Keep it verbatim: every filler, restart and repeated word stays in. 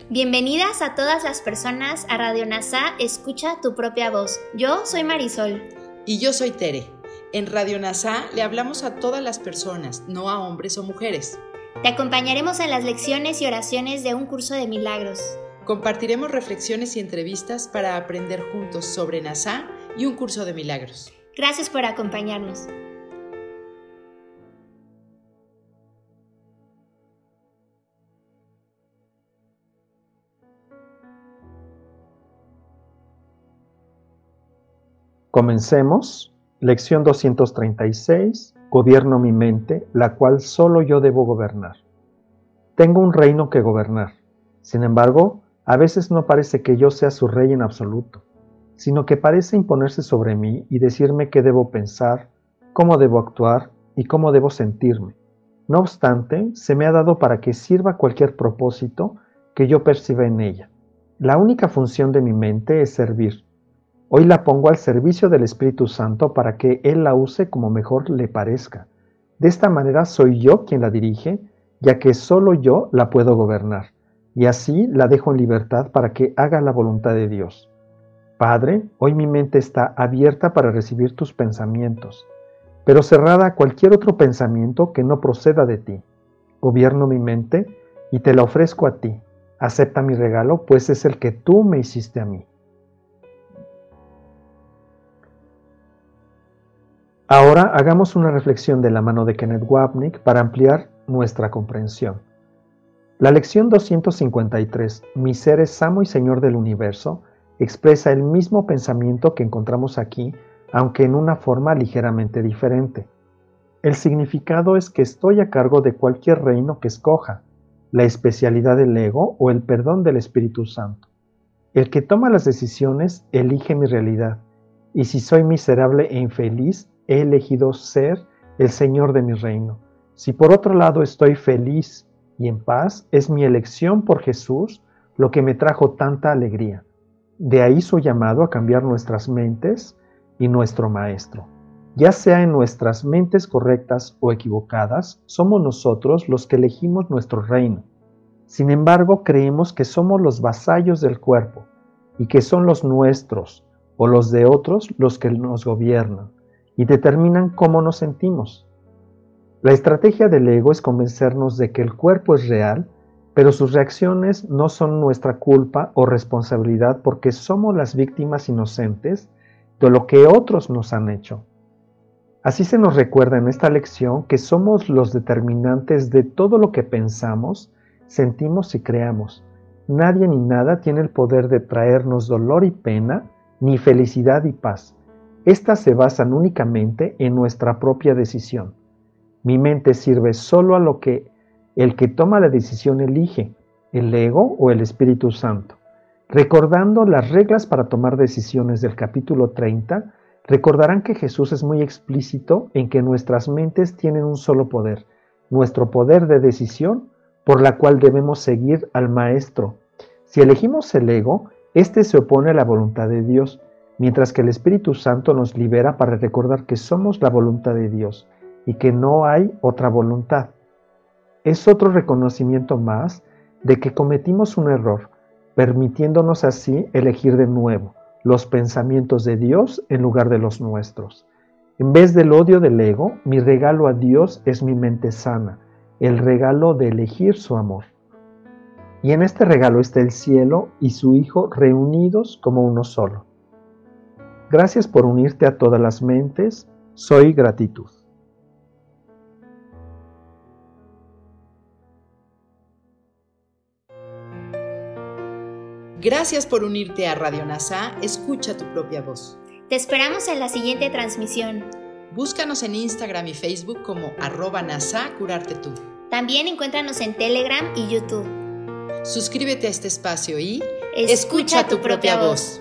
Bienvenidas a todas las personas a Radio NASA Escucha tu propia voz. Yo soy Marisol. Y yo soy Tere. En Radio NASA le hablamos a todas las personas, no a hombres o mujeres. Te acompañaremos en las lecciones y oraciones de un curso de milagros. Compartiremos reflexiones y entrevistas para aprender juntos sobre NASA y un curso de milagros. Gracias por acompañarnos. Comencemos. Lección doscientos treinta y seis. Gobierno mi mente, la cual solo yo debo gobernar. Tengo un reino que gobernar. Sin embargo, a veces no parece que yo sea su rey en absoluto, sino que parece imponerse sobre mí y decirme qué debo pensar, cómo debo actuar y cómo debo sentirme. No obstante, se me ha dado para que sirva cualquier propósito que yo perciba en ella. La única función de mi mente es servir. Hoy la pongo al servicio del Espíritu Santo para que Él la use como mejor le parezca. De esta manera soy yo quien la dirige, ya que solo yo la puedo gobernar, y así la dejo en libertad para que haga la voluntad de Dios. Padre, hoy mi mente está abierta para recibir tus pensamientos, pero cerrada a cualquier otro pensamiento que no proceda de ti. Gobierno mi mente y te la ofrezco a ti. Acepta mi regalo, pues es el que tú me hiciste a mí. Ahora hagamos una reflexión de la mano de Kenneth Wapnick para ampliar nuestra comprensión. La lección doscientos cincuenta y tres, Mi ser es amo y señor del universo, expresa el mismo pensamiento que encontramos aquí, aunque en una forma ligeramente diferente. El significado es que estoy a cargo de cualquier reino que escoja, la especialidad del ego o el perdón del Espíritu Santo. El que toma las decisiones elige mi realidad, y si soy miserable e infeliz, he elegido ser el Señor de mi reino. Si por otro lado estoy feliz y en paz, es mi elección por Jesús lo que me trajo tanta alegría. De ahí su llamado a cambiar nuestras mentes y nuestro Maestro. Ya sea en nuestras mentes correctas o equivocadas, somos nosotros los que elegimos nuestro reino. Sin embargo, creemos que somos los vasallos del cuerpo y que son los nuestros o los de otros los que nos gobiernan y determinan cómo nos sentimos. La estrategia del ego es convencernos de que el cuerpo es real, pero sus reacciones no son nuestra culpa o responsabilidad porque somos las víctimas inocentes de lo que otros nos han hecho. Así se nos recuerda en esta lección que somos los determinantes de todo lo que pensamos, sentimos y creamos. Nadie ni nada tiene el poder de traernos dolor y pena, ni felicidad y paz. Estas se basan únicamente en nuestra propia decisión. Mi mente sirve solo a lo que el que toma la decisión elige, el ego o el Espíritu Santo. Recordando las reglas para tomar decisiones del capítulo treinta, recordarán que Jesús es muy explícito en que nuestras mentes tienen un solo poder, nuestro poder de decisión, por la cual debemos seguir al Maestro. Si elegimos el ego, este se opone a la voluntad de Dios, mientras que el Espíritu Santo nos libera para recordar que somos la voluntad de Dios y que no hay otra voluntad. Es otro reconocimiento más de que cometimos un error, permitiéndonos así elegir de nuevo los pensamientos de Dios en lugar de los nuestros. En vez del odio del ego, mi regalo a Dios es mi mente sana, el regalo de elegir su amor. Y en este regalo está el cielo y su Hijo reunidos como uno solo. Gracias por unirte a todas las mentes. Soy gratitud. Gracias por unirte a Radio NASA Escucha tu propia voz. Te esperamos en la siguiente transmisión. Búscanos en Instagram y Facebook como arroba NASA Curarte Tú. También encuéntranos en Telegram y YouTube. Suscríbete a este espacio y escucha, escucha tu propia voz.